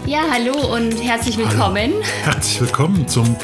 Ja, hallo und herzlich willkommen. Hallo. Herzlich willkommen zum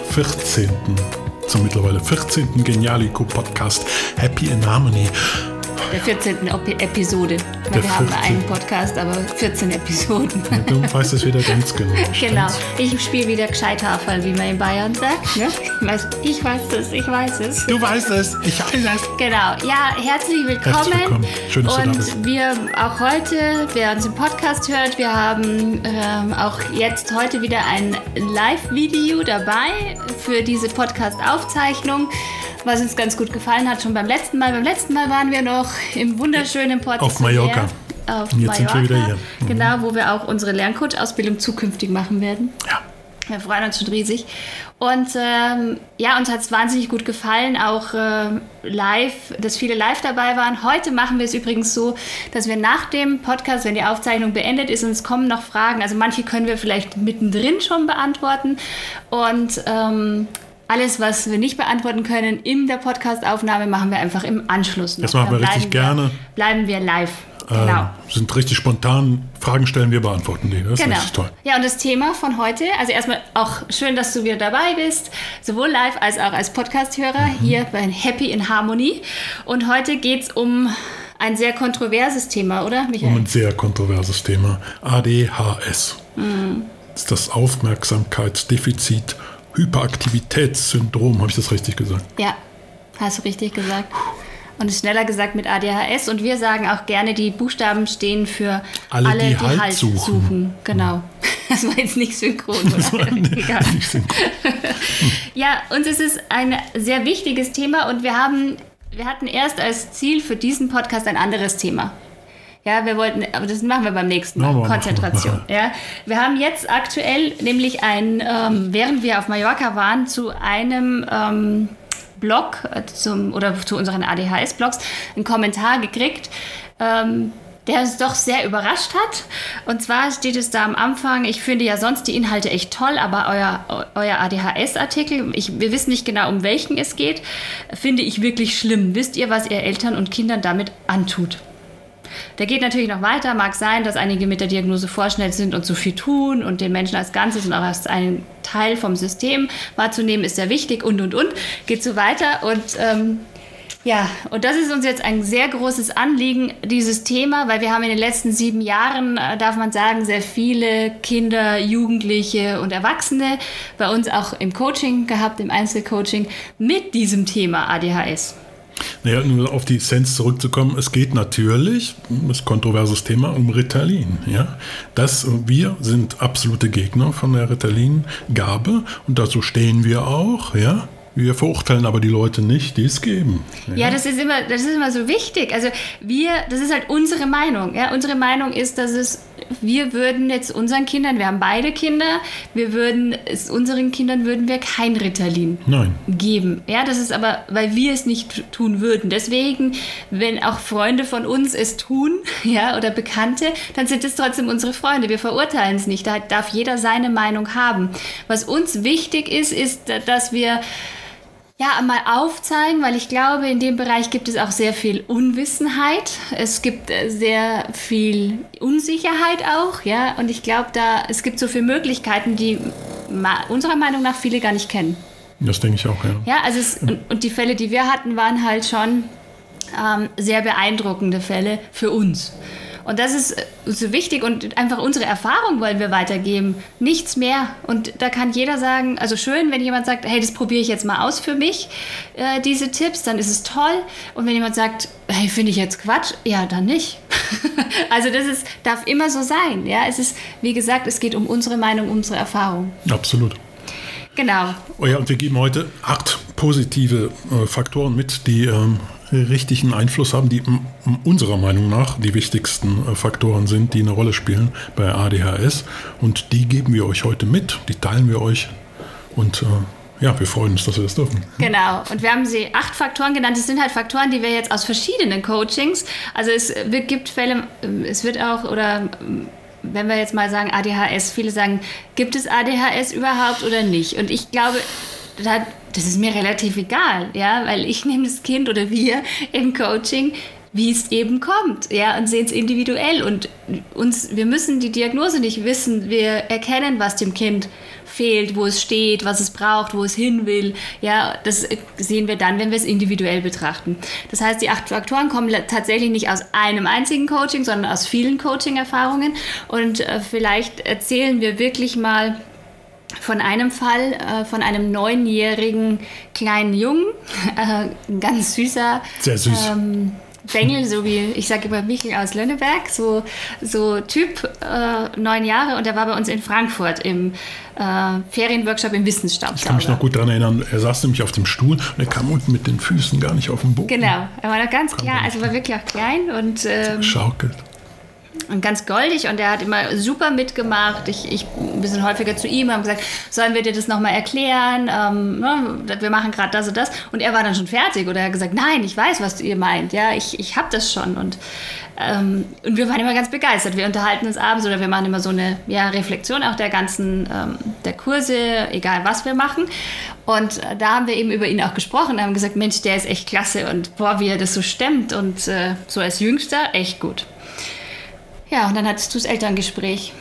mittlerweile 14. Genialico-Podcast Happy in Harmony. Der 14. Episode. Weil wir haben einen Podcast, aber 14 Episoden. Ja, du weißt es wieder ganz genau. Genau. Ich spiele wieder Gescheithaferl, wie man in Bayern sagt. Ne? Ich weiß es. Du weißt es, ich weiß es. Genau. Ja, herzlich willkommen. Schön, dass du da bist. Und wir auch heute, wer uns im Podcast hört, wir haben auch jetzt heute wieder ein Live-Video dabei für diese Podcast-Aufzeichnung, was uns ganz gut gefallen hat, schon beim letzten Mal. Beim letzten Mal waren wir noch im wunderschönen Port auf Mallorca. Auf und jetzt Mallorca, sind wir wieder hier. Genau, wo wir auch unsere Lerncoach-Ausbildung zukünftig machen werden. Ja. Wir freuen uns schon riesig. Und uns hat es wahnsinnig gut gefallen, auch live, dass viele live dabei waren. Heute machen wir es übrigens so, dass wir nach dem Podcast, wenn die Aufzeichnung beendet ist, und es kommen noch Fragen, also manche können wir vielleicht mittendrin schon beantworten. Und alles, was wir nicht beantworten können in der Podcast-Aufnahme, machen wir einfach im Anschluss noch. Das machen wir richtig gerne. Bleiben wir live. Genau. Sind richtig spontan, Fragen stellen, wir beantworten die. Das ist richtig toll. Ja, und das Thema von heute, also erstmal auch schön, dass du wieder dabei bist, sowohl live als auch als Podcast-Hörer hier bei Happy in Harmony. Und heute geht es um ein sehr kontroverses Thema, oder, Michael? Um ein sehr kontroverses Thema. ADHS. Das ist das Aufmerksamkeitsdefizit Hyperaktivitätssyndrom, habe ich das richtig gesagt? Ja, hast du richtig gesagt. Und es ist schneller gesagt mit ADHS. Und wir sagen auch gerne, die Buchstaben stehen für alle die Halt suchen. Genau. Das war jetzt nicht synchron. Das war nicht synchron. Ja, uns ist es ein sehr wichtiges Thema und wir hatten erst als Ziel für diesen Podcast ein anderes Thema. Ja, wir wollten, aber das machen wir beim nächsten Mal. Konzentration. Ja, wir haben jetzt aktuell nämlich während wir auf Mallorca waren, zu einem Blog zu unseren ADHS-Blogs einen Kommentar gekriegt, der uns doch sehr überrascht hat. Und zwar steht es da am Anfang: Ich finde ja sonst die Inhalte echt toll, aber euer ADHS-Artikel, wir wissen nicht genau, um welchen es geht, finde ich wirklich schlimm. Wisst ihr, was ihr Eltern und Kindern damit antut? Der geht natürlich noch weiter. Mag sein, dass einige mit der Diagnose vorschnell sind und zu viel tun und den Menschen als Ganzes und auch als einen Teil vom System wahrzunehmen, ist sehr wichtig und. Geht so weiter. Und das ist uns jetzt ein sehr großes Anliegen, dieses Thema, weil wir haben in den letzten 7 Jahren, darf man sagen, sehr viele Kinder, Jugendliche und Erwachsene bei uns auch im Coaching gehabt, im Einzelcoaching, mit diesem Thema ADHS. Naja, nur auf die Essenz zurückzukommen, es geht natürlich, das ist ein kontroverses Thema, um Ritalin. Ja? Wir sind absolute Gegner von der Ritalin-Gabe und dazu stehen wir auch, ja. Wir verurteilen aber die Leute nicht, die es geben. Ja, das ist immer so wichtig. Also das ist halt unsere Meinung. Ja? Unsere Meinung ist, wir würden jetzt unseren Kindern, wir haben beide Kinder, unseren Kindern würden wir kein Ritalin geben. Ja, das ist aber, weil wir es nicht tun würden. Deswegen, wenn auch Freunde von uns es tun, ja, oder Bekannte, dann sind es trotzdem unsere Freunde. Wir verurteilen es nicht. Da darf jeder seine Meinung haben. Was uns wichtig ist, dass wir mal aufzeigen, weil ich glaube, in dem Bereich gibt es auch sehr viel Unwissenheit. Es gibt sehr viel Unsicherheit auch, ja. Und ich glaube, es gibt so viele Möglichkeiten, die unserer Meinung nach viele gar nicht kennen. Das denke ich auch, ja. Ja, also und die Fälle, die wir hatten, waren halt schon sehr beeindruckende Fälle für uns. Und das ist so wichtig und einfach unsere Erfahrung wollen wir weitergeben. Nichts mehr. Und da kann jeder sagen, also schön, wenn jemand sagt, hey, das probiere ich jetzt mal aus für mich, diese Tipps, dann ist es toll. Und wenn jemand sagt, hey, finde ich jetzt Quatsch, ja, dann nicht. Also darf immer so sein. Ja? Es ist, wie gesagt, es geht um unsere Meinung, unsere Erfahrung. Absolut. Genau. Oh ja, und wir geben heute 8 positive Faktoren mit, die richtigen Einfluss haben, die unserer Meinung nach die wichtigsten Faktoren sind, die eine Rolle spielen bei ADHS. Und die geben wir euch heute mit, die teilen wir euch. Und wir freuen uns, dass wir das dürfen. Genau. Und wir haben sie 8 Faktoren genannt. Das sind halt Faktoren, die wir jetzt aus verschiedenen Coachings, also es gibt Fälle, es wird auch, oder wenn wir jetzt mal sagen ADHS, viele sagen, gibt es ADHS überhaupt oder nicht? Und ich glaube, das ist mir relativ egal, ja, weil ich nehme das Kind oder wir im Coaching wie es eben kommt, ja, und sehen es individuell. Und wir müssen die Diagnose nicht wissen, wir erkennen, was dem Kind fehlt, wo es steht, was es braucht, wo es hin will. Ja, das sehen wir dann, wenn wir es individuell betrachten. Das heißt, die 8 Faktoren kommen tatsächlich nicht aus einem einzigen Coaching, sondern aus vielen Coaching-Erfahrungen. Und vielleicht erzählen wir wirklich mal von einem Fall, von einem 9-jährigen kleinen Jungen, ein ganz süßer, sehr süß. Bengel, so wie, ich sage immer Michel aus Lönneberg, so Typ, 9 Jahre, und er war bei uns in Frankfurt im Ferienworkshop im Wissensstaubsauger. Ich kann mich noch gut daran erinnern, er saß nämlich auf dem Stuhl und er kam unten mit den Füßen gar nicht auf den Boden. Genau, er war noch ganz klein, also war wirklich auch klein und schaukelt. Und ganz goldig, und er hat immer super mitgemacht. Ich ein bisschen häufiger zu ihm, haben gesagt, sollen wir dir das nochmal erklären? Wir machen gerade das und das. Und er war dann schon fertig, oder er hat gesagt, nein, ich weiß, was ihr meint. Ja, ich habe das schon. Und wir waren immer ganz begeistert. Wir unterhalten uns abends, oder wir machen immer so eine Reflexion auch der ganzen der Kurse, egal was wir machen. Und da haben wir eben über ihn auch gesprochen, haben gesagt, Mensch, der ist echt klasse, und boah, wie er das so stemmt, und so als Jüngster echt gut. Ja, und dann hattest du das Elterngespräch.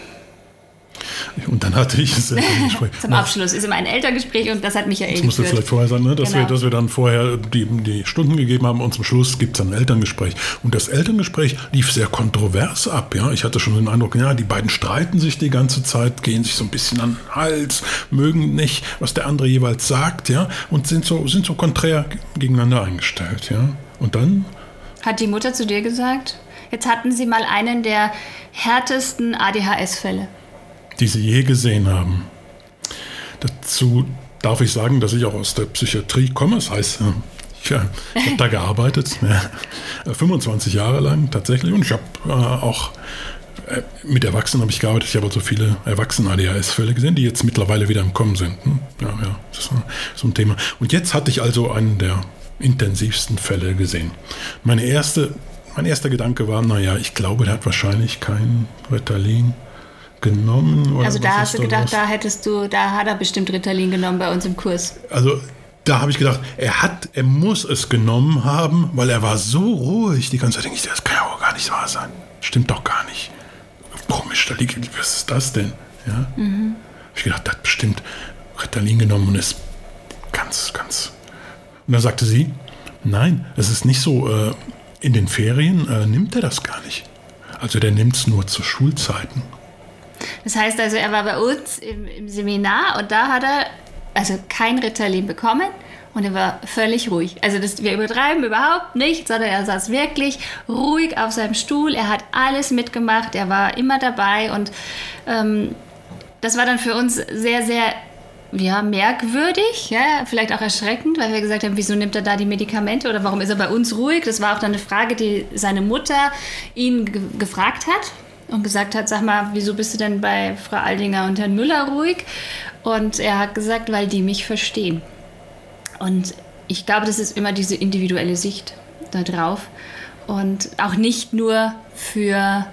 Und dann hatte ich das Elterngespräch. Zum Abschluss ist immer ein Elterngespräch, und das hat Michael geführt. Das musste vielleicht vorher sein, ne? Dass wir dann vorher die Stunden gegeben haben, und zum Schluss gibt es ein Elterngespräch. Und das Elterngespräch lief sehr kontrovers ab. Ja? Ich hatte schon den Eindruck, ja, die beiden streiten sich die ganze Zeit, gehen sich so ein bisschen an den Hals, mögen nicht, was der andere jeweils sagt, ja, und sind so konträr gegeneinander eingestellt. Ja? Und dann hat die Mutter zu dir gesagt, jetzt hatten sie mal einen der härtesten ADHS-Fälle, die sie je gesehen haben. Dazu darf ich sagen, dass ich auch aus der Psychiatrie komme. Das heißt, ich habe da gearbeitet, 25 Jahre lang tatsächlich. Und ich habe auch mit Erwachsenen habe ich gearbeitet. Ich habe also viele Erwachsenen-ADHS-Fälle gesehen, die jetzt mittlerweile wieder im Kommen sind. Ja, das ist so ein Thema. Und jetzt hatte ich also einen der intensivsten Fälle gesehen. Mein erster Gedanke war, ich glaube, der hat wahrscheinlich kein Ritalin genommen. Oder also da hast du gedacht, da hat er bestimmt Ritalin genommen bei uns im Kurs. Also da habe ich gedacht, er muss es genommen haben, weil er war so ruhig die ganze Zeit. Denke ich, das kann ja auch gar nicht wahr sein. Stimmt doch gar nicht. Komisch, was ist das denn? Ja? Habe ich gedacht, der hat bestimmt Ritalin genommen und ist ganz, ganz... Und dann sagte sie, nein, es ist nicht so... In den Ferien nimmt er das gar nicht. Also der nimmt es nur zu Schulzeiten. Das heißt also, er war bei uns im Seminar, und da hat er also kein Ritalin bekommen, und er war völlig ruhig. Also wir übertreiben überhaupt nicht, sondern er saß wirklich ruhig auf seinem Stuhl. Er hat alles mitgemacht, er war immer dabei, und das war dann für uns sehr, sehr merkwürdig, vielleicht auch erschreckend, weil wir gesagt haben, wieso nimmt er da die Medikamente, oder warum ist er bei uns ruhig? Das war auch dann eine Frage, die seine Mutter ihn gefragt hat und gesagt hat, sag mal, wieso bist du denn bei Frau Aldinger und Herrn Müller ruhig? Und er hat gesagt, weil die mich verstehen. Und ich glaube, das ist immer diese individuelle Sicht da drauf, und auch nicht nur für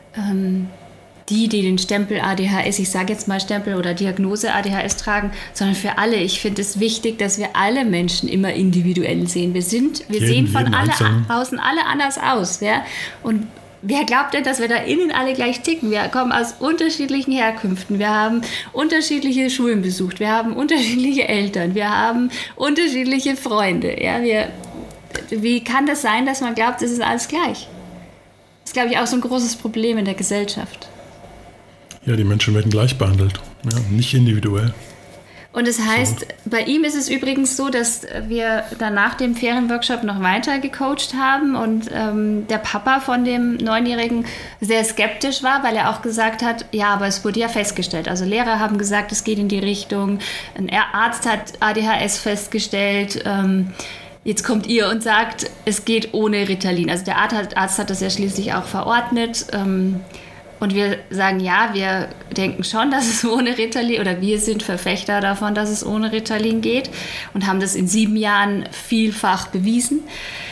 die den Stempel ADHS, ich sage jetzt mal Stempel oder Diagnose ADHS tragen, sondern für alle. Ich finde es wichtig, dass wir alle Menschen immer individuell sehen. Wir sehen von außen alle anders aus. Ja? Und wer glaubt denn, dass wir da innen alle gleich ticken? Wir kommen aus unterschiedlichen Herkünften. Wir haben unterschiedliche Schulen besucht. Wir haben unterschiedliche Eltern. Wir haben unterschiedliche Freunde. Ja? Wie kann das sein, dass man glaubt, es ist alles gleich? Das ist, glaube ich, auch so ein großes Problem in der Gesellschaft. Ja, die Menschen werden gleich behandelt, nicht individuell. Und das heißt, bei ihm ist es übrigens so, dass wir dann nach dem Ferienworkshop noch weiter gecoacht haben, und der Papa von dem 9-Jährigen sehr skeptisch war, weil er auch gesagt hat, ja, aber es wurde ja festgestellt. Also Lehrer haben gesagt, es geht in die Richtung, ein Arzt hat ADHS festgestellt, jetzt kommt ihr und sagt, es geht ohne Ritalin. Also der Arzt hat das ja schließlich auch verordnet. Und wir sagen, ja, wir denken schon, dass es ohne Ritalin, oder wir sind Verfechter davon, dass es ohne Ritalin geht, und haben das in 7 Jahren vielfach bewiesen.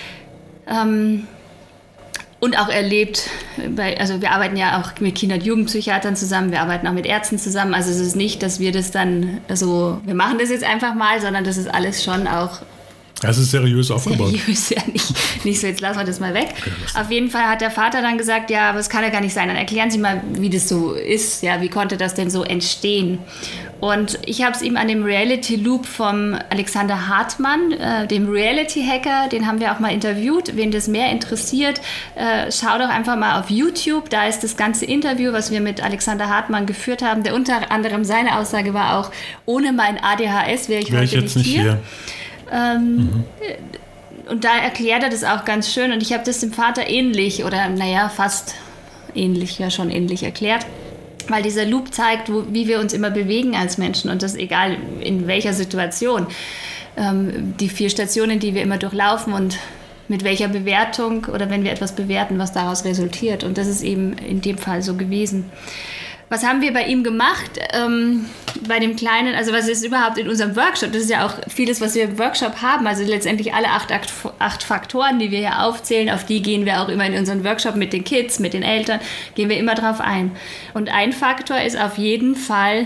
Und auch erlebt, also wir arbeiten ja auch mit Kinder- und Jugendpsychiatern zusammen, wir arbeiten auch mit Ärzten zusammen. Also es ist nicht, dass wir das dann so, wir machen das jetzt einfach mal, sondern das ist alles schon auch Das ist seriös aufgebaut. Seriös, ja, nicht so, jetzt lassen wir das mal weg. Okay, auf jeden Fall hat der Vater dann gesagt, ja, aber es kann ja gar nicht sein. Dann erklären Sie mal, wie das so ist. Ja, wie konnte das denn so entstehen? Und ich habe es ihm an dem Reality Loop vom Alexander Hartmann, dem Reality-Hacker, den haben wir auch mal interviewt. Wen das mehr interessiert, schau doch einfach mal auf YouTube. Da ist das ganze Interview, was wir mit Alexander Hartmann geführt haben. Der unter anderem seine Aussage war auch, ohne mein ADHS wäre ich heute jetzt nicht hier. Und da erklärt er das auch ganz schön und ich habe das dem Vater ähnlich oder fast ähnlich, ja schon ähnlich erklärt, weil dieser Loop zeigt, wie wir uns immer bewegen als Menschen und das egal in welcher Situation. Die 4 Stationen, die wir immer durchlaufen und mit welcher Bewertung oder wenn wir etwas bewerten, was daraus resultiert und das ist eben in dem Fall so gewesen. Was haben wir bei ihm gemacht? Bei dem Kleinen, also was ist überhaupt in unserem Workshop? Das ist ja auch vieles, was wir im Workshop haben. Also letztendlich alle 8 Faktoren, die wir hier aufzählen, auf die gehen wir auch immer in unseren Workshop mit den Kids, mit den Eltern, gehen wir immer drauf ein. Und ein Faktor ist auf jeden Fall,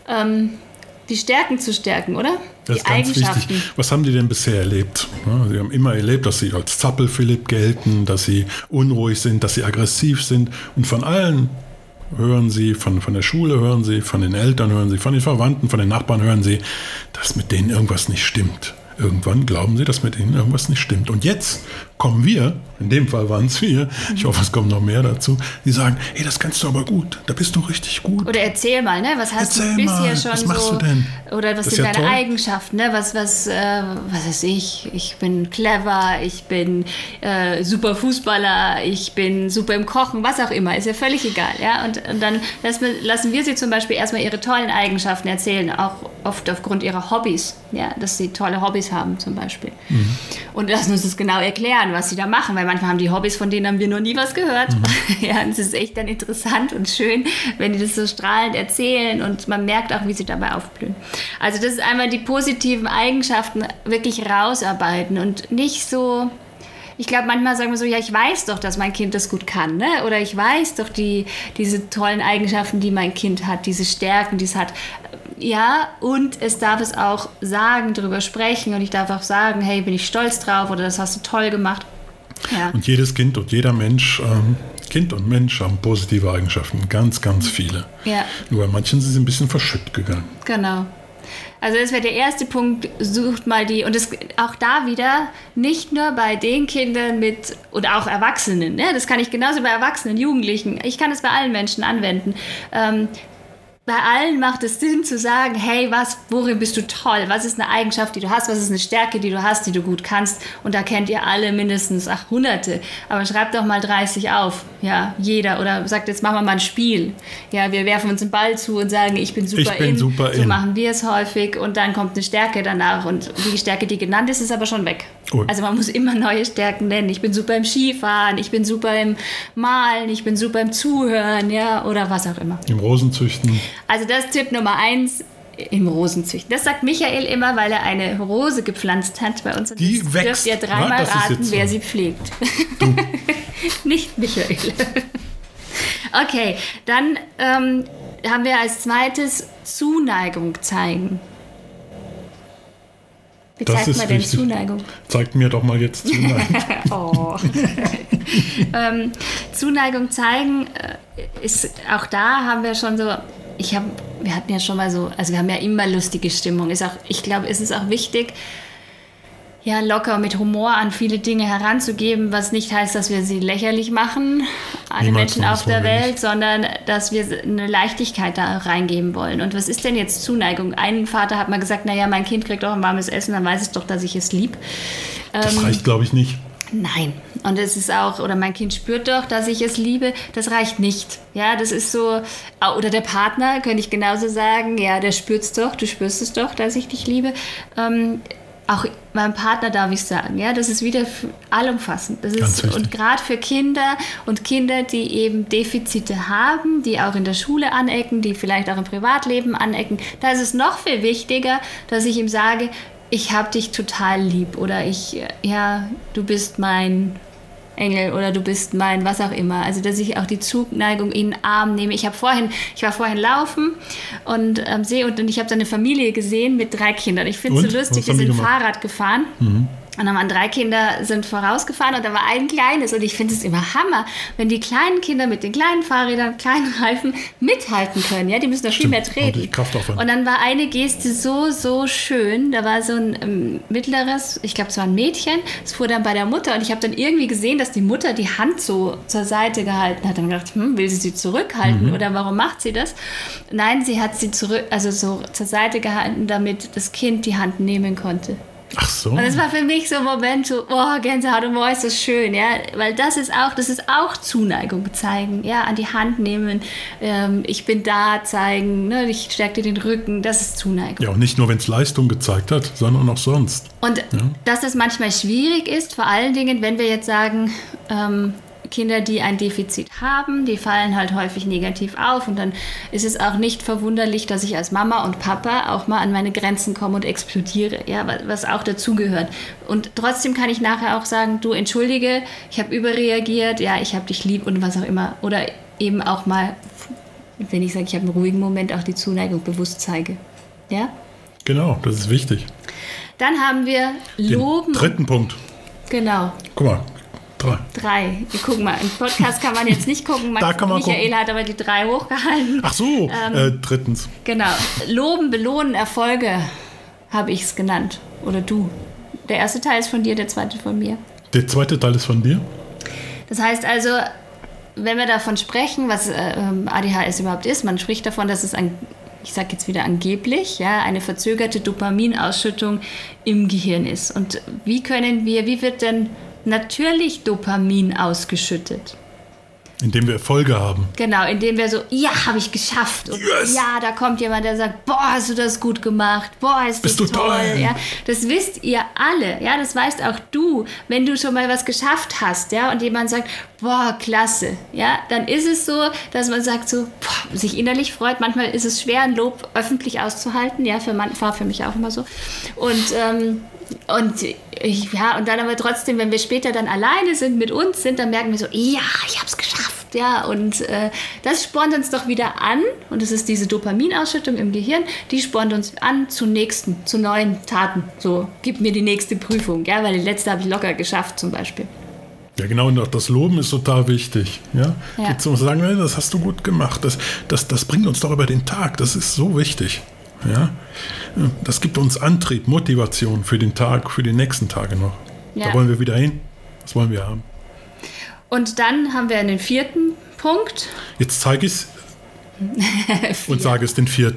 die Stärken zu stärken, oder? Das ist ganz wichtig. Was haben die denn bisher erlebt? Sie haben immer erlebt, dass sie als Zappelphilipp gelten, dass sie unruhig sind, dass sie aggressiv sind und von allen hören Sie, von der Schule hören Sie, von den Eltern hören Sie, von den Verwandten, von den Nachbarn hören Sie, dass mit denen irgendwas nicht stimmt. Irgendwann glauben Sie, dass mit ihnen irgendwas nicht stimmt. Und jetzt kommen wir, in dem Fall waren es wir, ich hoffe, es kommen noch mehr dazu, die sagen, hey, das kannst du aber gut, da bist du richtig gut. Oder erzähl mal, ne? Was hast du bisher schon was machst du denn? Oder was sind deine Eigenschaften, ne? Was weiß ich bin clever, ich bin super Fußballer, ich bin super im Kochen, was auch immer, ist ja völlig egal, ja? Und dann lassen wir sie zum Beispiel erstmal ihre tollen Eigenschaften erzählen, auch oft aufgrund ihrer Hobbys, ja? Dass sie tolle Hobbys haben zum Beispiel. Mhm. Und lassen uns das genau erklären, was sie da machen, weil manchmal haben die Hobbys, von denen haben wir noch nie was gehört. Mhm. Ja, es ist echt dann interessant und schön, wenn die das so strahlend erzählen und man merkt auch, wie sie dabei aufblühen. Also das ist einmal die positiven Eigenschaften wirklich rausarbeiten und nicht so, ich glaube, manchmal sagen wir so, ja, ich weiß doch, dass mein Kind das gut kann, ne? Oder ich weiß doch diese tollen Eigenschaften, die mein Kind hat, diese Stärken, die es hat. Ja, und es darf es auch sagen, darüber sprechen und ich darf auch sagen, hey, bin ich stolz drauf oder das hast du toll gemacht. Ja. Und jedes Kind und jeder Mensch, Kind und Mensch haben positive Eigenschaften, ganz, ganz viele. Ja. Nur bei manchen sind sie ein bisschen verschütt gegangen. Genau. Also das wäre der erste Punkt, sucht mal die, und das auch da wieder nicht nur bei den Kindern mit, oder auch Erwachsenen, ne? Das kann ich genauso bei Erwachsenen, Jugendlichen, ich kann es bei allen Menschen anwenden. Bei allen macht es Sinn zu sagen, hey, worin bist du toll? Was ist eine Eigenschaft, die du hast? Was ist eine Stärke, die du hast, die du gut kannst? Und da kennt ihr alle mindestens Hunderte. Aber schreibt doch mal 30 auf. Ja, jeder. Oder sagt, jetzt machen wir mal ein Spiel. Ja, wir werfen uns einen Ball zu und sagen, ich bin super in. So machen wir es häufig. Und dann kommt eine Stärke danach. Und die Stärke, die genannt ist, ist aber schon weg. Cool. Also man muss immer neue Stärken nennen. Ich bin super im Skifahren, ich bin super im Malen, ich bin super im Zuhören, ja, oder was auch immer. Im Rosenzüchten. Also das ist Tipp Nummer 1 im Rosenzüchten. Das sagt Michael immer, weil er eine Rose gepflanzt hat bei uns. Und die das wächst. Dürft ihr dreimal raten, wer sie pflegt. Du. Nicht Michael. Okay, dann haben wir als zweites Zuneigung zeigen. Wie zeigt man denn Zuneigung? Zeigt mir doch mal jetzt Zuneigung. Oh. Zuneigung zeigen ist, auch da haben wir schon so, wir hatten ja schon mal so, also wir haben ja immer lustige Stimmung. Ich glaube, es ist auch wichtig, ja, locker mit Humor an viele Dinge heranzugeben, was nicht heißt, dass wir sie lächerlich machen, alle Menschen auf der Welt, sondern dass wir eine Leichtigkeit da reingeben wollen. Und was ist denn jetzt Zuneigung? Ein Vater hat mal gesagt, naja, mein Kind kriegt auch ein warmes Essen, dann weiß es doch, dass ich es lieb. Das reicht, glaube ich, nicht. Nein. Und es ist auch, oder mein Kind spürt doch, dass ich es liebe, das reicht nicht. Ja, das ist so, oder der Partner, könnte ich genauso sagen, ja, der spürt's doch, du spürst es doch, dass ich dich liebe. Auch meinem Partner darf ich sagen, ja, das ist wieder allumfassend. Das ist, und gerade für Kinder und Kinder, die eben Defizite haben, die auch in der Schule anecken, die vielleicht auch im Privatleben anecken, da ist es noch viel wichtiger, dass ich ihm sage, ich habe dich total lieb oder du bist mein Engel oder du bist mein was auch immer. Also, dass ich auch die Zuneigung in den Arm nehme. Ich war vorhin laufen und am See und ich habe da eine Familie gesehen mit 3 Kindern. Ich finde es so lustig, die sind Fahrrad gefahren. Mhm. Und dann waren 3 Kinder, sind vorausgefahren und da war ein kleines. Und ich finde es immer Hammer, wenn die kleinen Kinder mit den kleinen Fahrrädern, kleinen Reifen mithalten können. Ja, die müssen da viel mehr treten. Und dann war eine Geste so schön. Da war so ein mittleres, ich glaube, es war ein Mädchen. Es fuhr dann bei der Mutter. Und ich habe dann irgendwie gesehen, dass die Mutter die Hand so zur Seite gehalten hat. Und gedacht, will sie zurückhalten oder warum macht sie das? Nein, sie hat sie zurück, also so zur Seite gehalten, damit das Kind die Hand nehmen konnte. Ach so. Und das war für mich so ein Moment, so, Gänsehaut und ist das schön, ja, weil das ist auch Zuneigung zeigen, ja, an die Hand nehmen, ich bin da zeigen, ne, ich stärke dir den Rücken, das ist Zuneigung. Ja, und nicht nur, wenn es Leistung gezeigt hat, sondern auch sonst. Und dass das manchmal schwierig ist, vor allen Dingen, wenn wir jetzt sagen, Kinder, die ein Defizit haben, die fallen halt häufig negativ auf und dann ist es auch nicht verwunderlich, dass ich als Mama und Papa auch mal an meine Grenzen komme und explodiere, ja, was auch dazugehört. Und trotzdem kann ich nachher auch sagen, du, entschuldige, ich habe überreagiert, ja, ich habe dich lieb und was auch immer. Oder eben auch mal, wenn ich sage, ich habe einen ruhigen Moment, auch die Zuneigung bewusst zeige. Ja? Genau, das ist wichtig. Dann haben wir Loben. Den 3. Punkt. Genau. Guck mal. 3. Guck mal, im Podcast kann man jetzt nicht gucken. Michaela hat aber die 3 hochgehalten. Ach so, 3. Genau. Loben, belohnen, Erfolge habe ich es genannt. Oder du. Der erste Teil ist von dir, der zweite von mir. Der zweite Teil ist von dir? Das heißt also, wenn wir davon sprechen, was ADHS überhaupt ist, man spricht davon, dass es ich sage jetzt wieder angeblich, ja, eine verzögerte Dopaminausschüttung im Gehirn ist. Und wie wird denn natürlich Dopamin ausgeschüttet? Indem wir Erfolge haben. Genau, indem wir so, ja, habe ich geschafft. Und yes. Ja, da kommt jemand, der sagt, boah, hast du das gut gemacht. Boah, ist das toll. Ja, das wisst ihr alle. Ja, das weißt auch du. Wenn du schon mal was geschafft hast, ja, und jemand sagt, boah, klasse. Ja, dann ist es so, dass man sagt so, boah, sich innerlich freut. Manchmal ist es schwer, ein Lob öffentlich auszuhalten. Ja, war für mich auch immer so. Und dann aber trotzdem, wenn wir später dann alleine sind, mit uns sind, dann merken wir so, ja, ich habe es geschafft. Ja, und das spornt uns doch wieder an. Und es ist diese Dopaminausschüttung im Gehirn, die spornt uns an zu neuen Taten. So, gib mir die nächste Prüfung, ja, weil die letzte habe ich locker geschafft zum Beispiel. Ja, genau, und auch das Loben ist total wichtig. Ja? Ja. Zu sagen, das hast du gut gemacht, das bringt uns doch über den Tag, das ist so wichtig. Ja? Das gibt uns Antrieb, Motivation für den Tag, für die nächsten Tage noch. Ja. Da wollen wir wieder hin, das wollen wir haben. Und dann haben wir einen 4. Punkt. Jetzt zeige ich es und sage es den 4.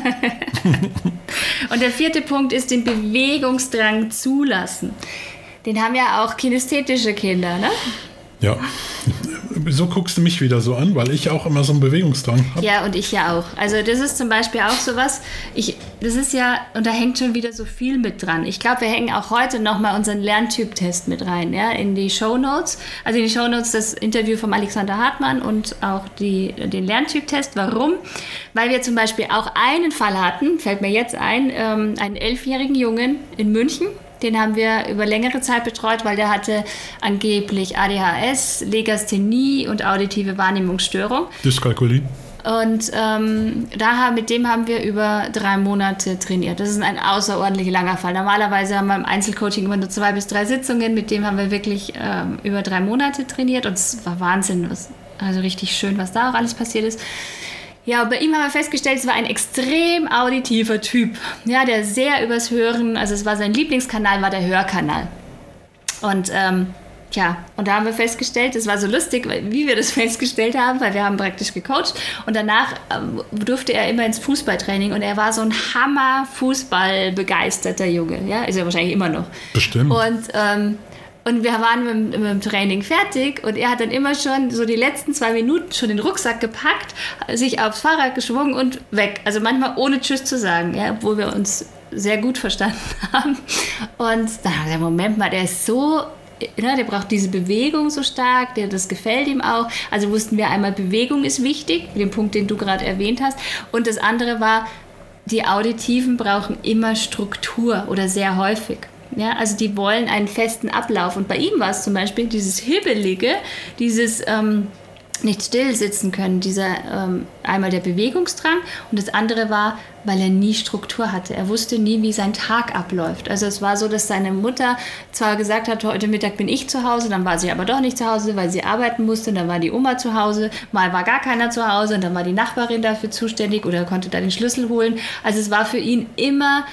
Und der 4. Punkt ist den Bewegungsdrang zulassen. Den haben ja auch kinästhetische Kinder, ne? Ja. Wieso guckst du mich wieder so an? Weil ich auch immer so einen Bewegungsdrang habe. Ja, und ich ja auch. Also das ist zum Beispiel auch sowas, das ist ja, und da hängt schon wieder so viel mit dran. Ich glaube, wir hängen auch heute nochmal unseren Lerntyp-Test mit rein, ja, in die Shownotes. Also in die Shownotes das Interview von Alexander Hartmann und auch den Lerntyp-Test. Warum? Weil wir zum Beispiel auch einen Fall hatten, fällt mir jetzt ein, einen 11-jährigen Jungen in München. Den haben wir über längere Zeit betreut, weil der hatte angeblich ADHS, Legasthenie und auditive Wahrnehmungsstörung. Dyskalkulie. Und mit dem haben wir über 3 Monate trainiert. Das ist ein außerordentlich langer Fall. Normalerweise haben wir im Einzelcoaching immer nur 2 bis 3 Sitzungen. Mit dem haben wir wirklich über 3 Monate trainiert. Und es war Wahnsinn, also richtig schön, was da auch alles passiert ist. Ja, bei ihm haben wir festgestellt, es war ein extrem auditiver Typ, ja, der sehr übers Hören, also es war sein Lieblingskanal, war der Hörkanal. Und und da haben wir festgestellt, es war so lustig, wie wir das festgestellt haben, weil wir haben praktisch gecoacht und danach durfte er immer ins Fußballtraining und er war so ein Hammer-Fußball-begeisterter Junge, ja, ist er wahrscheinlich immer noch. Bestimmt. Und wir waren mit dem Training fertig und er hat dann immer schon so die letzten 2 Minuten schon den Rucksack gepackt, sich aufs Fahrrad geschwungen und weg. Also manchmal ohne Tschüss zu sagen, ja, obwohl wir uns sehr gut verstanden haben. Und dann haben wir gesagt, Moment mal, der ist so, der braucht diese Bewegung so stark, das gefällt ihm auch. Also wussten wir einmal, Bewegung ist wichtig, den Punkt, den du gerade erwähnt hast. Und das andere war, die Auditiven brauchen immer Struktur oder sehr häufig. Ja, also die wollen einen festen Ablauf. Und bei ihm war es zum Beispiel dieses Hibbelige, dieses nicht still sitzen können. Einmal der Bewegungsdrang und das andere war, weil er nie Struktur hatte. Er wusste nie, wie sein Tag abläuft. Also es war so, dass seine Mutter zwar gesagt hat, heute Mittag bin ich zu Hause, dann war sie aber doch nicht zu Hause, weil sie arbeiten musste, dann war die Oma zu Hause, mal war gar keiner zu Hause und dann war die Nachbarin dafür zuständig oder konnte da den Schlüssel holen. Also es war für ihn immer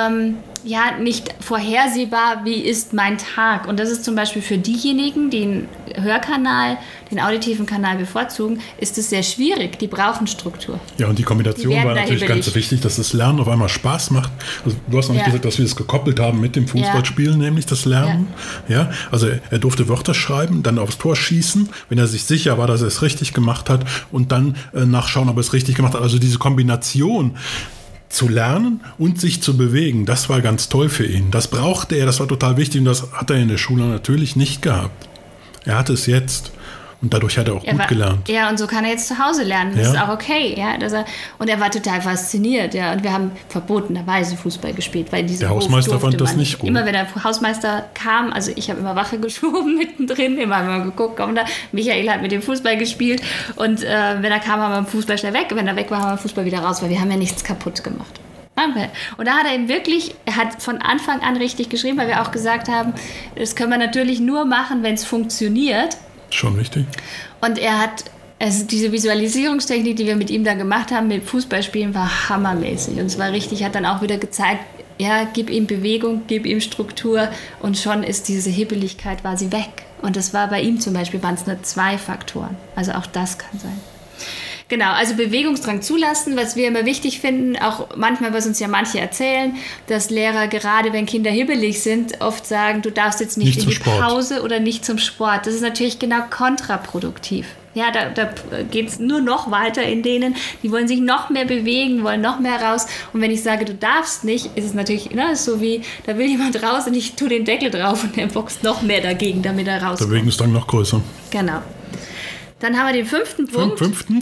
nicht vorhersehbar, wie ist mein Tag. Und das ist zum Beispiel für diejenigen, die den Hörkanal, den auditiven Kanal bevorzugen, ist es sehr schwierig. Die brauchen Struktur. Ja, und die Kombination war natürlich ganz wichtig, dass das Lernen auf einmal Spaß macht. Also, du hast noch nicht gesagt, dass wir das gekoppelt haben mit dem Fußballspielen, nämlich das Lernen. Ja, also er durfte Wörter schreiben, dann aufs Tor schießen, wenn er sich sicher war, dass er es richtig gemacht hat und dann nachschauen, ob er es richtig gemacht hat. Also diese Kombination zu lernen und sich zu bewegen, das war ganz toll für ihn. Das brauchte er, das war total wichtig und das hat er in der Schule natürlich nicht gehabt. Er hatte es jetzt und dadurch hat er auch gut gelernt. Ja, und so kann er jetzt zu Hause lernen. Das ist auch okay. Ja, und er war total fasziniert. Ja, und wir haben verbotenerweise Fußball gespielt. Weil der Hausmeister fand das nicht gut. Immer wenn der Hausmeister kam, also ich habe immer Wache geschoben mittendrin, immer geguckt, komm da. Michael hat mit dem Fußball gespielt und wenn er kam, haben wir den Fußball schnell weg. Wenn er weg war, haben wir den Fußball wieder raus, weil wir haben ja nichts kaputt gemacht. Und da hat er eben wirklich, er hat von Anfang an richtig geschrieben, weil wir auch gesagt haben, das können wir natürlich nur machen, wenn es funktioniert. Schon richtig. Und diese Visualisierungstechnik, die wir mit ihm da gemacht haben, mit Fußballspielen, war hammermäßig. Und es war richtig, hat dann auch wieder gezeigt, ja, gib ihm Bewegung, gib ihm Struktur und schon ist diese Hibbeligkeit, war sie weg. Und das war bei ihm zum Beispiel, waren es nur 2 Faktoren. Also auch das kann sein. Genau, also Bewegungsdrang zulassen, was wir immer wichtig finden, auch manchmal, was uns ja manche erzählen, dass Lehrer, gerade wenn Kinder hibbelig sind, oft sagen, du darfst jetzt nicht in die Pause oder nicht zum Sport. Das ist natürlich genau kontraproduktiv. Ja, da geht es nur noch weiter in denen, die wollen sich noch mehr bewegen, wollen noch mehr raus. Und wenn ich sage, du darfst nicht, ist es natürlich so wie, da will jemand raus und ich tue den Deckel drauf und der boxt noch mehr dagegen, damit er rauskommt. Der Bewegungsdrang noch größer. Genau. Dann haben wir den 5. Punkt.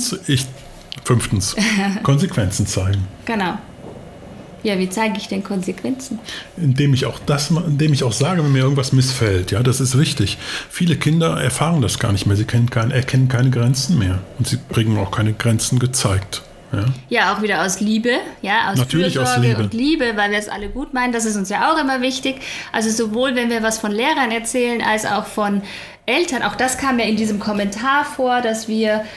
Fünftens, Konsequenzen zeigen. Genau. Ja, wie zeige ich denn Konsequenzen? Indem ich auch sage, wenn mir irgendwas missfällt. Ja, das ist wichtig. Viele Kinder erfahren das gar nicht mehr. Sie erkennen keine Grenzen mehr. Und sie kriegen auch keine Grenzen gezeigt. Ja, auch wieder aus Liebe. Ja, aus Natürlich Fürsorge aus Liebe. und Liebe, weil wir es alle gut meinen. Das ist uns ja auch immer wichtig. Also sowohl, wenn wir was von Lehrern erzählen, als auch von Eltern. Auch das kam ja in diesem Kommentar vor, dass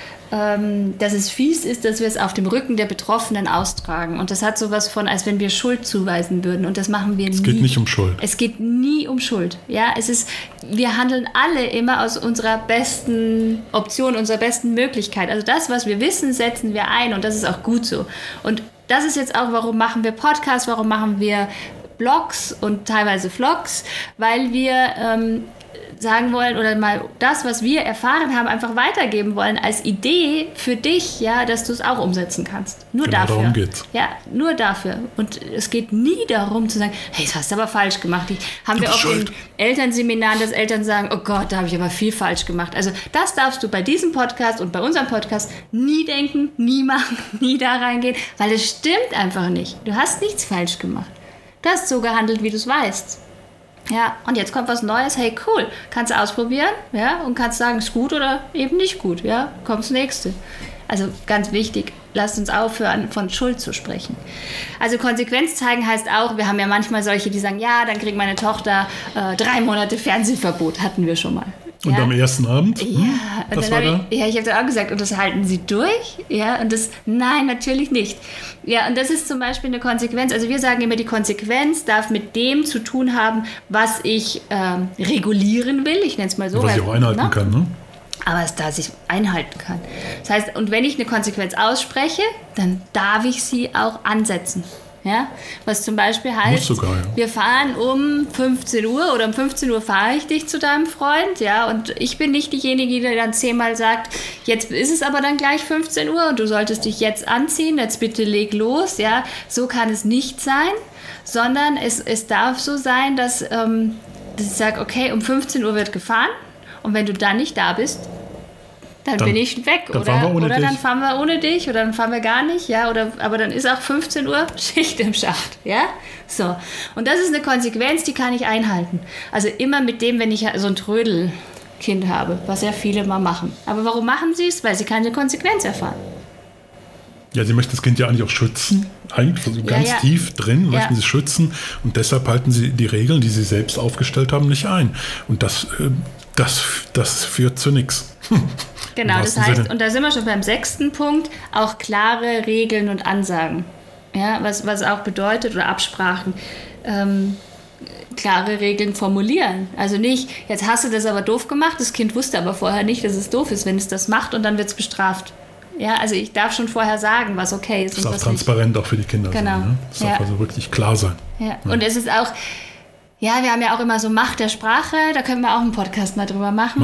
es fies ist, dass wir es auf dem Rücken der Betroffenen austragen. Und das hat sowas von, als wenn wir Schuld zuweisen würden. Und das machen wir nie. Es geht nicht um Schuld. Es geht nie um Schuld. Ja, wir handeln alle immer aus unserer besten Option, unserer besten Möglichkeit. Also das, was wir wissen, setzen wir ein. Und das ist auch gut so. Und das ist jetzt auch, warum machen wir Podcasts, warum machen wir Blogs und teilweise Vlogs, weil wir sagen wollen oder mal das, was wir erfahren haben, einfach weitergeben wollen als Idee für dich, ja, dass du es auch umsetzen kannst. Nur genau, dafür. Darum geht's. Ja, nur dafür. Und es geht nie darum zu sagen, hey, das hast du aber falsch gemacht. Haben wir auch in Elternseminaren, dass Eltern sagen, oh Gott, da habe ich aber viel falsch gemacht. Also das darfst du bei diesem Podcast und bei unserem Podcast nie denken, nie machen, nie da reingehen, weil es stimmt einfach nicht. Du hast nichts falsch gemacht. Du hast so gehandelt, wie du es weißt. Ja, und jetzt kommt was Neues, hey, cool, kannst du ausprobieren, ja, und kannst sagen, ist gut oder eben nicht gut, ja, kommt das Nächste. Also ganz wichtig, lasst uns aufhören, von Schuld zu sprechen. Also Konsequenz zeigen heißt auch, wir haben ja manchmal solche, die sagen, ja, dann kriegt meine Tochter 3 Monate Fernsehverbot, hatten wir schon mal. Und am ersten Abend? Ja, was war da? Ich habe dann auch gesagt, und das halten Sie durch? Ja, und nein, natürlich nicht. Ja, und das ist zum Beispiel eine Konsequenz. Also wir sagen immer, die Konsequenz darf mit dem zu tun haben, was ich regulieren will. Ich nenne es mal so. Was ich auch einhalten kann, ne? Aber es da sich einhalten kann. Das heißt, und wenn ich eine Konsequenz ausspreche, dann darf ich sie auch ansetzen. Ja, was zum Beispiel heißt, sogar, ja. Wir fahren um 15 Uhr oder um 15 Uhr fahre ich dich zu deinem Freund, ja, und ich bin nicht diejenige, die dann 10-mal sagt, jetzt ist es aber dann gleich 15 Uhr und du solltest dich jetzt anziehen, jetzt bitte leg los, ja, so kann es nicht sein, sondern es darf so sein, dass ich sage, okay, um 15 Uhr wird gefahren und wenn du dann nicht da bist, dann bin ich weg, oder dann fahren wir ohne dich oder dann fahren wir gar nicht, ja, aber dann ist auch 15 Uhr Schicht im Schacht, ja, so. Und das ist eine Konsequenz, die kann ich einhalten. Also immer mit dem, wenn ich so ein Trödel, Kind habe, was ja viele mal machen. Aber warum machen sie es? Weil sie keine Konsequenz erfahren. Ja, sie möchten das Kind ja eigentlich auch schützen, eigentlich so ganz tief drin möchten sie schützen und deshalb halten sie die Regeln, die sie selbst aufgestellt haben, nicht ein. Und das führt zu nichts. Genau, das heißt, und da sind wir schon beim 6. Punkt, auch klare Regeln und Ansagen. Ja, was auch bedeutet, oder Absprachen, klare Regeln formulieren. Also nicht, jetzt hast du das aber doof gemacht, das Kind wusste aber vorher nicht, dass es doof ist, wenn es das macht und dann wird es bestraft. Ja, also ich darf schon vorher sagen, was okay ist. Das darf transparent auch für die Kinder sein. Ne? Das darf also wirklich klar sein. Ja. Und es ist auch, wir haben ja auch immer so Macht der Sprache, da können wir auch einen Podcast mal drüber machen.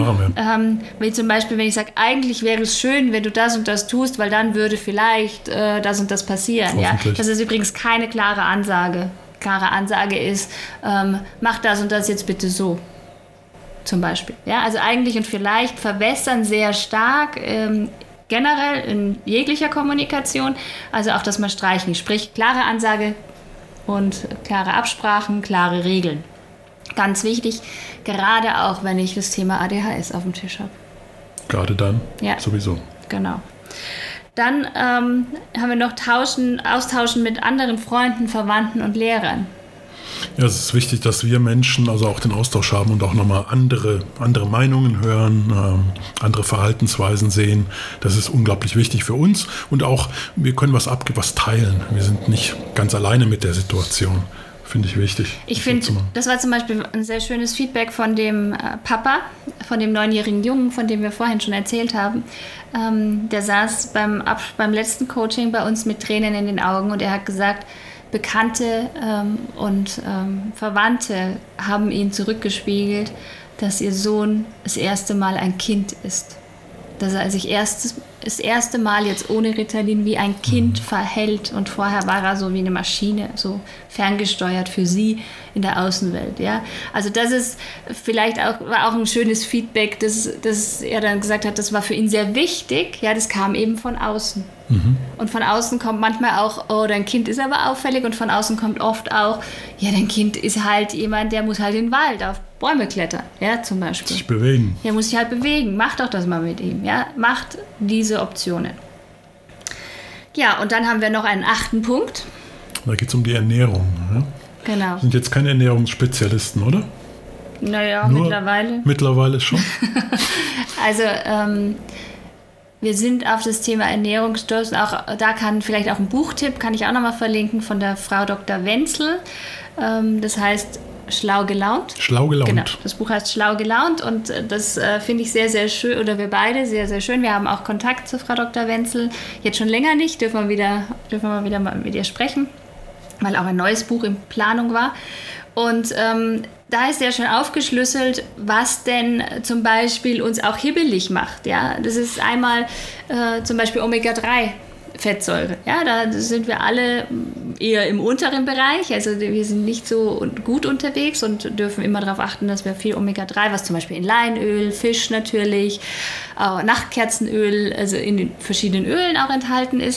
Wie zum Beispiel, wenn ich sage, eigentlich wäre es schön, wenn du das und das tust, weil dann würde vielleicht das und das passieren. Ja? Das ist übrigens keine klare Ansage. Klare Ansage ist, mach das und das jetzt bitte so. Zum Beispiel. Ja, also eigentlich und vielleicht verwässern sehr stark generell in jeglicher Kommunikation, also auch das mal streichen. Sprich, klare Ansage und klare Absprachen, klare Regeln. Ganz wichtig, gerade auch, wenn ich das Thema ADHS auf dem Tisch habe. Gerade dann? Ja. Sowieso. Genau. Dann haben wir noch Austauschen mit anderen Freunden, Verwandten und Lehrern. Ja, es ist wichtig, dass wir Menschen also auch den Austausch haben und auch nochmal andere Meinungen hören, andere Verhaltensweisen sehen. Das ist unglaublich wichtig für uns und auch wir können was teilen. Wir sind nicht ganz alleine mit der Situation. Finde ich wichtig. Ich finde, das war zum Beispiel ein sehr schönes Feedback von dem Papa, von dem 9-jährigen Jungen, von dem wir vorhin schon erzählt haben. Der saß beim letzten Coaching bei uns mit Tränen in den Augen und er hat gesagt, Bekannte und Verwandte haben ihn zurückgespiegelt, dass ihr Sohn das erste Mal ein Kind ist. Dass er sich das erste Mal jetzt ohne Ritalin wie ein Kind verhält und vorher war er so wie eine Maschine, so ferngesteuert für sie in der Außenwelt. Ja? Also das ist vielleicht war auch ein schönes Feedback, dass er dann gesagt hat, das war für ihn sehr wichtig. Ja, das kam eben von außen. Und von außen kommt manchmal auch, oh, dein Kind ist aber auffällig und von außen kommt oft auch, ja, dein Kind ist halt jemand, der muss halt in den Wald auf Bäume klettern, ja, zum Beispiel. Sich bewegen. Der muss sich halt bewegen, mach doch das mal mit ihm, ja, macht diese Optionen. Ja, und dann haben wir noch einen 8. Punkt. Da geht es um die Ernährung. Ja? Genau. Sind jetzt keine Ernährungsspezialisten, oder? Naja, mittlerweile. Mittlerweile schon. Also, wir sind auf das Thema Ernährung gestoßen. Auch da kann vielleicht auch ein Buchtipp, kann ich auch nochmal verlinken, von der Frau Dr. Wenzel. Das heißt Schlau gelaunt. Schlau gelaunt. Genau, das Buch heißt Schlau gelaunt und das finde ich sehr, sehr schön, oder wir beide sehr, sehr schön. Wir haben auch Kontakt zu Frau Dr. Wenzel. Jetzt schon länger nicht, dürfen wir wieder mal mit ihr sprechen, weil auch ein neues Buch in Planung war. Und da ist ja schon aufgeschlüsselt, was denn zum Beispiel uns auch hibbelig macht. Ja? Das ist einmal zum Beispiel Omega-3-Fettsäure. Ja? Da sind wir alle eher im unteren Bereich. Also wir sind nicht so gut unterwegs und dürfen immer darauf achten, dass wir viel Omega-3, was zum Beispiel in Leinöl, Fisch natürlich, Nachtkerzenöl, also in den verschiedenen Ölen auch enthalten ist.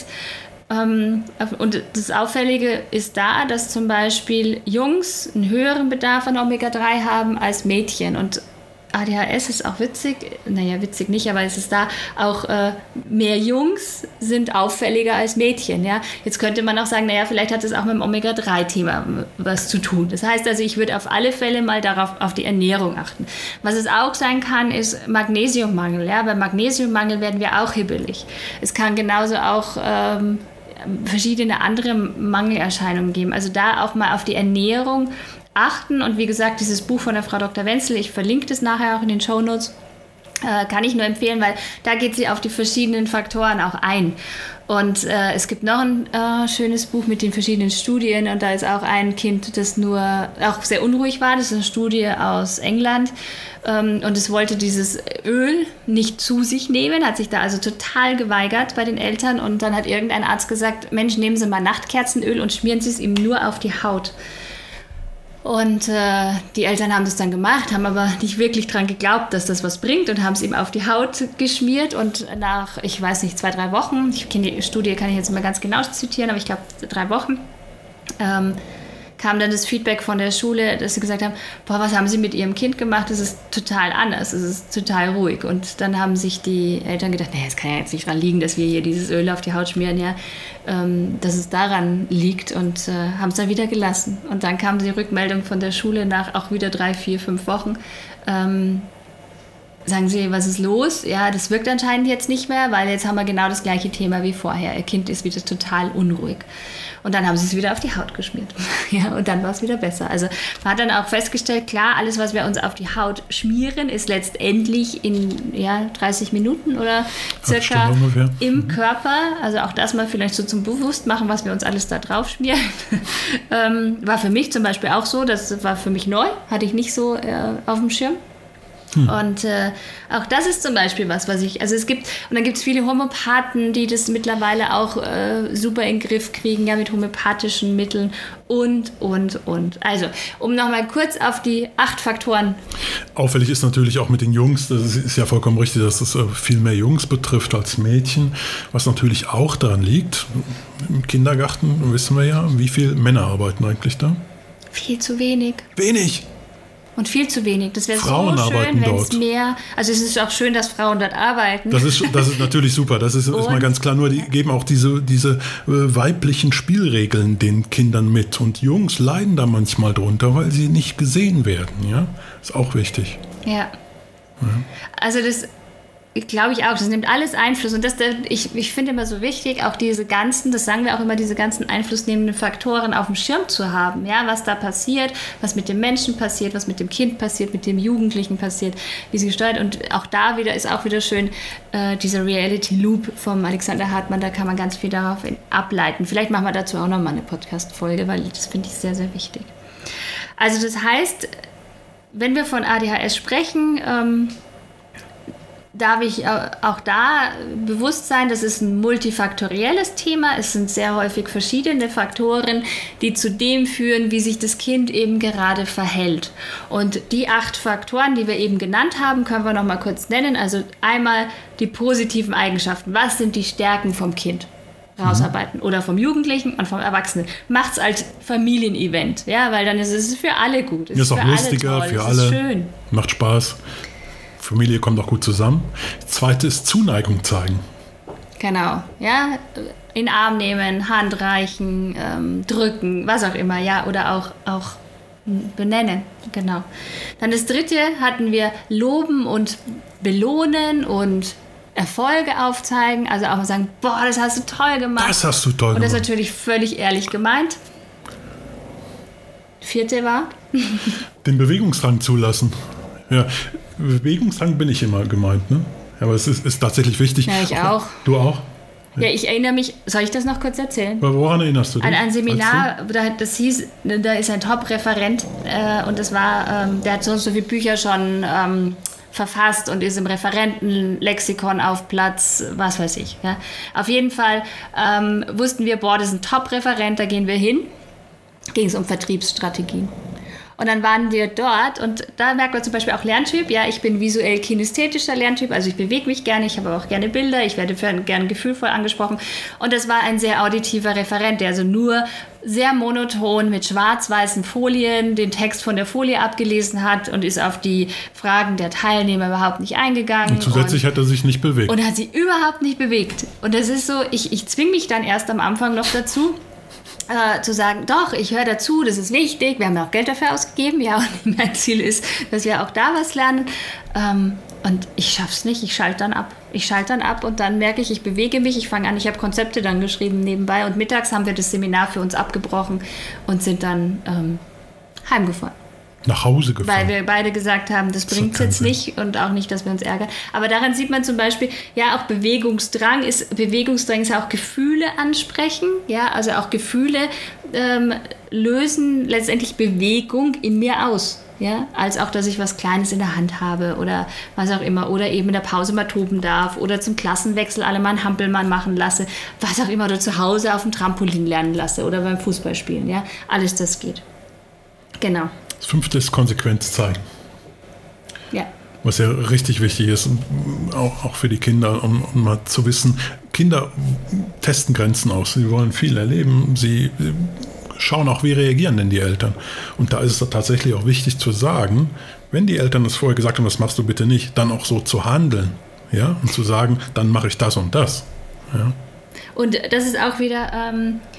Und das Auffällige ist da, dass zum Beispiel Jungs einen höheren Bedarf an Omega-3 haben als Mädchen. Und ADHS ist auch witzig, naja, witzig nicht, aber es ist da auch mehr Jungs sind auffälliger als Mädchen. Ja? Jetzt könnte man auch sagen, naja, vielleicht hat es auch mit dem Omega-3-Thema was zu tun. Das heißt also, ich würde auf alle Fälle mal auf die Ernährung achten. Was es auch sein kann, ist Magnesiummangel. Ja? Bei Magnesiummangel werden wir auch hibbelig. Es kann genauso auch verschiedene andere Mangelerscheinungen geben. Also da auch mal auf die Ernährung achten. Und wie gesagt, dieses Buch von der Frau Dr. Wenzel, ich verlinke das nachher auch in den Shownotes, kann ich nur empfehlen, weil da geht sie auf die verschiedenen Faktoren auch ein. Und es gibt noch ein schönes Buch mit den verschiedenen Studien und da ist auch ein Kind, das nur auch sehr unruhig war. Das ist eine Studie aus England und es wollte dieses Öl nicht zu sich nehmen, hat sich da also total geweigert bei den Eltern und dann hat irgendein Arzt gesagt, Mensch, nehmen Sie mal Nachtkerzenöl und schmieren Sie es ihm nur auf die Haut. Und die Eltern haben das dann gemacht, haben aber nicht wirklich dran geglaubt, dass das was bringt und haben es ihm auf die Haut geschmiert und nach, ich weiß nicht, 2-3 Wochen, ich kenne die Studie, kann ich jetzt nicht mehr ganz genau zitieren, aber ich glaube 3 Wochen, kam dann das Feedback von der Schule, dass sie gesagt haben, boah, was haben Sie mit Ihrem Kind gemacht? Das ist total anders, es ist total ruhig. Und dann haben sich die Eltern gedacht, naja, es kann ja jetzt nicht daran liegen, dass wir hier dieses Öl auf die Haut schmieren, ja, dass es daran liegt, und haben es dann wieder gelassen. Und dann kam die Rückmeldung von der Schule nach auch wieder 3, 4, 5 Wochen, sagen Sie, was ist los? Ja, das wirkt anscheinend jetzt nicht mehr, weil jetzt haben wir genau das gleiche Thema wie vorher. Ihr Kind ist wieder total unruhig. Und dann haben sie es wieder auf die Haut geschmiert. Ja, und dann war es wieder besser. Also man hat dann auch festgestellt, klar, alles, was wir uns auf die Haut schmieren, ist letztendlich in 30 Minuten oder circa im Körper. Also auch das mal vielleicht so zum Bewusstmachen, was wir uns alles da drauf schmieren. War für mich zum Beispiel auch so, das war für mich neu, hatte ich nicht so auf dem Schirm. Und auch das ist zum Beispiel was ich, also es gibt, und dann gibt es viele Homöopathen, die das mittlerweile auch super in den Griff kriegen, ja, mit homöopathischen Mitteln und. Also, um nochmal kurz auf die 8 Faktoren. Auffällig ist natürlich auch mit den Jungs, das ist ja vollkommen richtig, dass es viel mehr Jungs betrifft als Mädchen, was natürlich auch daran liegt, im Kindergarten wissen wir ja, wie viele Männer arbeiten eigentlich da? Viel zu wenig. Wenig? Und viel zu wenig. Das wäre so schön, wenn es mehr... Also es ist auch schön, dass Frauen dort arbeiten. Das ist natürlich super. Das ist mal ganz klar. Nur die geben auch diese weiblichen Spielregeln den Kindern mit. Und Jungs leiden da manchmal drunter, weil sie nicht gesehen werden. Ja? Ist auch wichtig. Ja. Also das... Glaube ich auch, das nimmt alles Einfluss, und ich finde immer so wichtig, auch diese ganzen, das sagen wir auch immer, diese ganzen einflussnehmenden Faktoren auf dem Schirm zu haben, ja, was da passiert, was mit dem Menschen passiert, was mit dem Kind passiert, mit dem Jugendlichen passiert, wie sie gesteuert, und auch da wieder ist auch wieder schön dieser Reality Loop vom Alexander Hartmann, da kann man ganz viel darauf ableiten. Vielleicht machen wir dazu auch nochmal eine Podcast-Folge, weil das finde ich sehr, sehr wichtig. Also das heißt, wenn wir von ADHS sprechen, darf ich auch da bewusst sein, das ist ein multifaktorielles Thema. Es sind sehr häufig verschiedene Faktoren, die zu dem führen, wie sich das Kind eben gerade verhält. Und die 8 Faktoren, die wir eben genannt haben, können wir noch mal kurz nennen. Also einmal die positiven Eigenschaften. Was sind die Stärken vom Kind? Rausarbeiten. Oder vom Jugendlichen und vom Erwachsenen. Macht's als Familienevent, ja, weil dann ist es für alle gut. Es ist auch lustiger, für alle. Ist schön. Macht Spaß. Familie kommt auch gut zusammen. Das Zweite ist Zuneigung zeigen. Genau, ja, in den Arm nehmen, Hand reichen, drücken, was auch immer, ja, oder auch benennen, genau. Dann das Dritte hatten wir loben und belohnen und Erfolge aufzeigen, also auch mal sagen, boah, das hast du toll gemacht. Das hast du toll gemacht. Und das ist natürlich völlig ehrlich gemeint. 4. war? Den Bewegungsdrang zulassen. Ja, Bewegungsdrang bin ich immer gemeint, ne? Aber es ist tatsächlich wichtig. Ja, ich auch. Du auch? Ja, ich erinnere mich, soll ich das noch kurz erzählen? Aber woran erinnerst du dich? An ein Seminar, das hieß, da ist ein Top-Referent und das war, der hat so viele Bücher schon verfasst und ist im Referentenlexikon auf Platz, was weiß ich. Ja. Auf jeden Fall wussten wir, boah, das ist ein Top-Referent, da gehen wir hin. Ging es um Vertriebsstrategien. Und dann waren wir dort und da merkt man zum Beispiel auch Lerntyp. Ja, ich bin visuell kinästhetischer Lerntyp, also ich bewege mich gerne, ich habe aber auch gerne Bilder, ich werde gerne gefühlvoll angesprochen. Und das war ein sehr auditiver Referent, der also nur sehr monoton mit schwarz-weißen Folien den Text von der Folie abgelesen hat und ist auf die Fragen der Teilnehmer überhaupt nicht eingegangen. Und zusätzlich hat er sich nicht bewegt. Und hat sich überhaupt nicht bewegt. Und das ist so, ich zwinge mich dann erst am Anfang noch dazu, zu sagen, doch, ich höre dazu, das ist wichtig, wir haben ja auch Geld dafür ausgegeben, ja, und mein Ziel ist, dass wir auch da was lernen. Und ich schaff's nicht, ich schalte dann ab und dann merke ich bewege mich, ich fange an, ich habe Konzepte dann geschrieben nebenbei und mittags haben wir das Seminar für uns abgebrochen und sind dann heimgefahren. Nach Hause gefahren. Weil wir beide gesagt haben, das bringt es jetzt nicht und auch nicht, dass wir uns ärgern. Aber daran sieht man zum Beispiel, ja, auch Bewegungsdrang ist auch Gefühle ansprechen. Ja, also auch Gefühle lösen letztendlich Bewegung in mir aus. Ja, als auch, dass ich was Kleines in der Hand habe oder was auch immer. Oder eben in der Pause mal toben darf oder zum Klassenwechsel alle mal einen Hampelmann machen lasse. Was auch immer, oder zu Hause auf dem Trampolin lernen lasse oder beim Fußballspielen. Ja, alles das geht. Genau. Das 5. ist Konsequenz zeigen. Ja. Was ja richtig wichtig ist, auch für die Kinder, um mal zu wissen, Kinder testen Grenzen aus. Sie wollen viel erleben, sie schauen auch, wie reagieren denn die Eltern. Und da ist es tatsächlich auch wichtig zu sagen, wenn die Eltern das vorher gesagt haben, das machst du bitte nicht, dann auch so zu handeln. Ja? Und zu sagen, dann mache ich das und das. Ja? Und das ist auch wieder...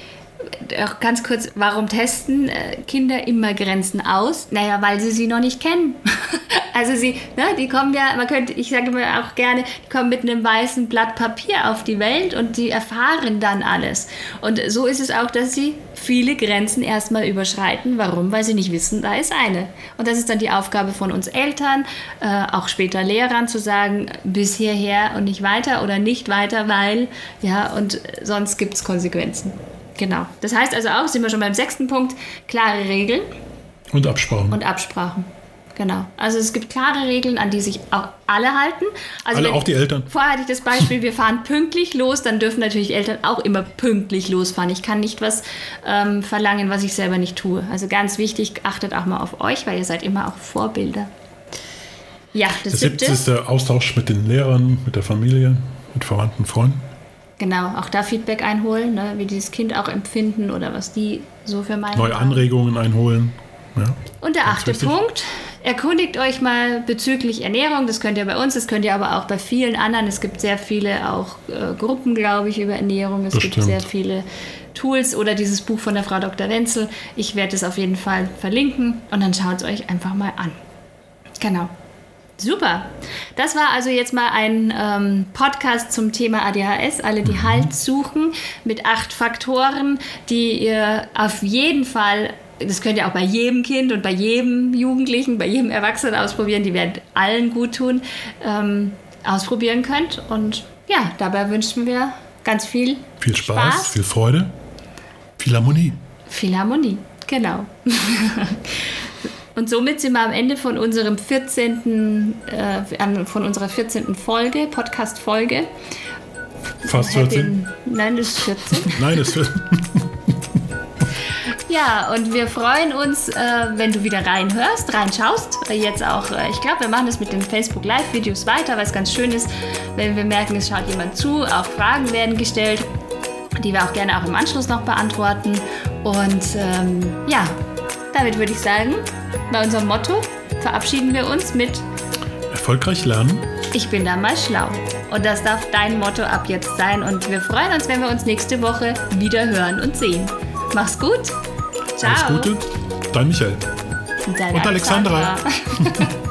auch ganz kurz, warum testen Kinder immer Grenzen aus? Naja, weil sie noch nicht kennen. Also die kommen ja, ich sage immer auch gerne, die kommen mit einem weißen Blatt Papier auf die Welt und die erfahren dann alles. Und so ist es auch, dass sie viele Grenzen erstmal überschreiten. Warum? Weil sie nicht wissen, da ist eine. Und das ist dann die Aufgabe von uns Eltern, auch später Lehrern zu sagen, bis hierher und nicht weiter oder nicht weiter, weil, ja, und sonst gibt es Konsequenzen. Genau. Das heißt also auch, sind wir schon beim 6. Punkt, klare Regeln. Und Absprachen. Genau. Also es gibt klare Regeln, an die sich auch alle halten. Also auch die Eltern. Vorher hatte ich das Beispiel, wir fahren pünktlich los, dann dürfen natürlich Eltern auch immer pünktlich losfahren. Ich kann nicht was verlangen, was ich selber nicht tue. Also ganz wichtig, achtet auch mal auf euch, weil ihr seid immer auch Vorbilder. Ja, das 7. ist der Austausch mit den Lehrern, mit der Familie, mit Verwandten, Freunden. Genau, auch da Feedback einholen, ne, wie dieses Kind auch empfinden oder was die so für Meinung neue Anregungen einholen. Ja, und der 8. Punkt, erkundigt euch mal bezüglich Ernährung. Das könnt ihr bei uns, das könnt ihr aber auch bei vielen anderen. Es gibt sehr viele auch Gruppen, glaube ich, über Ernährung. Es gibt sehr viele Tools oder dieses Buch von der Frau Dr. Wenzel. Ich werde es auf jeden Fall verlinken und dann schaut es euch einfach mal an. Genau. Super. Das war also jetzt mal ein Podcast zum Thema ADHS. Alle, die Halt suchen, mit 8 Faktoren, die ihr auf jeden Fall, das könnt ihr auch bei jedem Kind und bei jedem Jugendlichen, bei jedem Erwachsenen ausprobieren, die werden allen gut tun, ausprobieren könnt. Und ja, dabei wünschen wir ganz viel Spaß, viel Freude, viel Harmonie. Viel Harmonie, genau. Und somit sind wir am Ende von unserer 14. Folge, Podcast-Folge. Fast 14? Nein, das ist 14. Nein, das ist 14. Ja, und wir freuen uns, wenn du wieder reinschaust. Jetzt auch, ich glaube, wir machen das mit den Facebook-Live-Videos weiter, weil es ganz schön ist, wenn wir merken, es schaut jemand zu, auch Fragen werden gestellt, die wir auch gerne auch im Anschluss noch beantworten. Und ja, damit würde ich sagen, bei unserem Motto verabschieden wir uns mit erfolgreich lernen. Ich bin dann mal schlau. Und das darf dein Motto ab jetzt sein. Und wir freuen uns, wenn wir uns nächste Woche wieder hören und sehen. Mach's gut. Ciao. Alles Gute. Dein Michael. Und Alexandra.